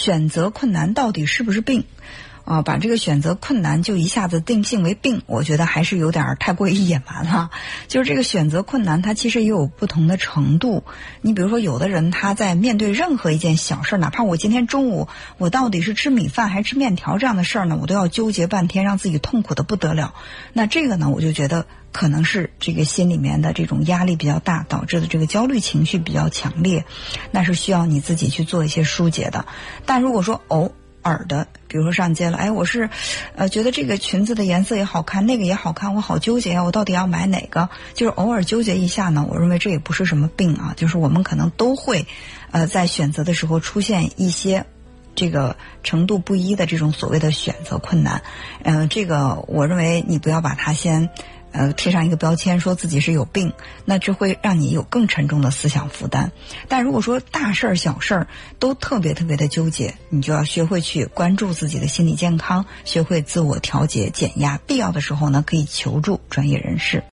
选择困难到底是不是病？把这个选择困难就一下子定性为病，我觉得还是有点太过于野蛮了。就是这个选择困难，它其实也有不同的程度。你比如说，有的人他在面对任何一件小事，哪怕我今天中午我到底是吃米饭还是吃面条这样的事儿呢，我都要纠结半天，让自己痛苦的不得了。那这个呢，我就觉得可能是这个心里面的这种压力比较大，导致的这个焦虑情绪比较强烈，那是需要你自己去做一些疏解的。但如果说偶尔的，比如说上街了，我是觉得这个裙子的颜色也好看，那个也好看，我好纠结啊，我到底要买哪个？就是偶尔纠结一下呢，我认为这也不是什么病啊，就是我们可能都会在选择的时候出现一些这个程度不一的这种所谓的选择困难。这个我认为你不要把它先贴上一个标签，说自己是有病，那这会让你有更沉重的思想负担。但如果说大事儿小事儿都特别的纠结，你就要学会去关注自己的心理健康，学会自我调节减压，必要的时候呢可以求助专业人士。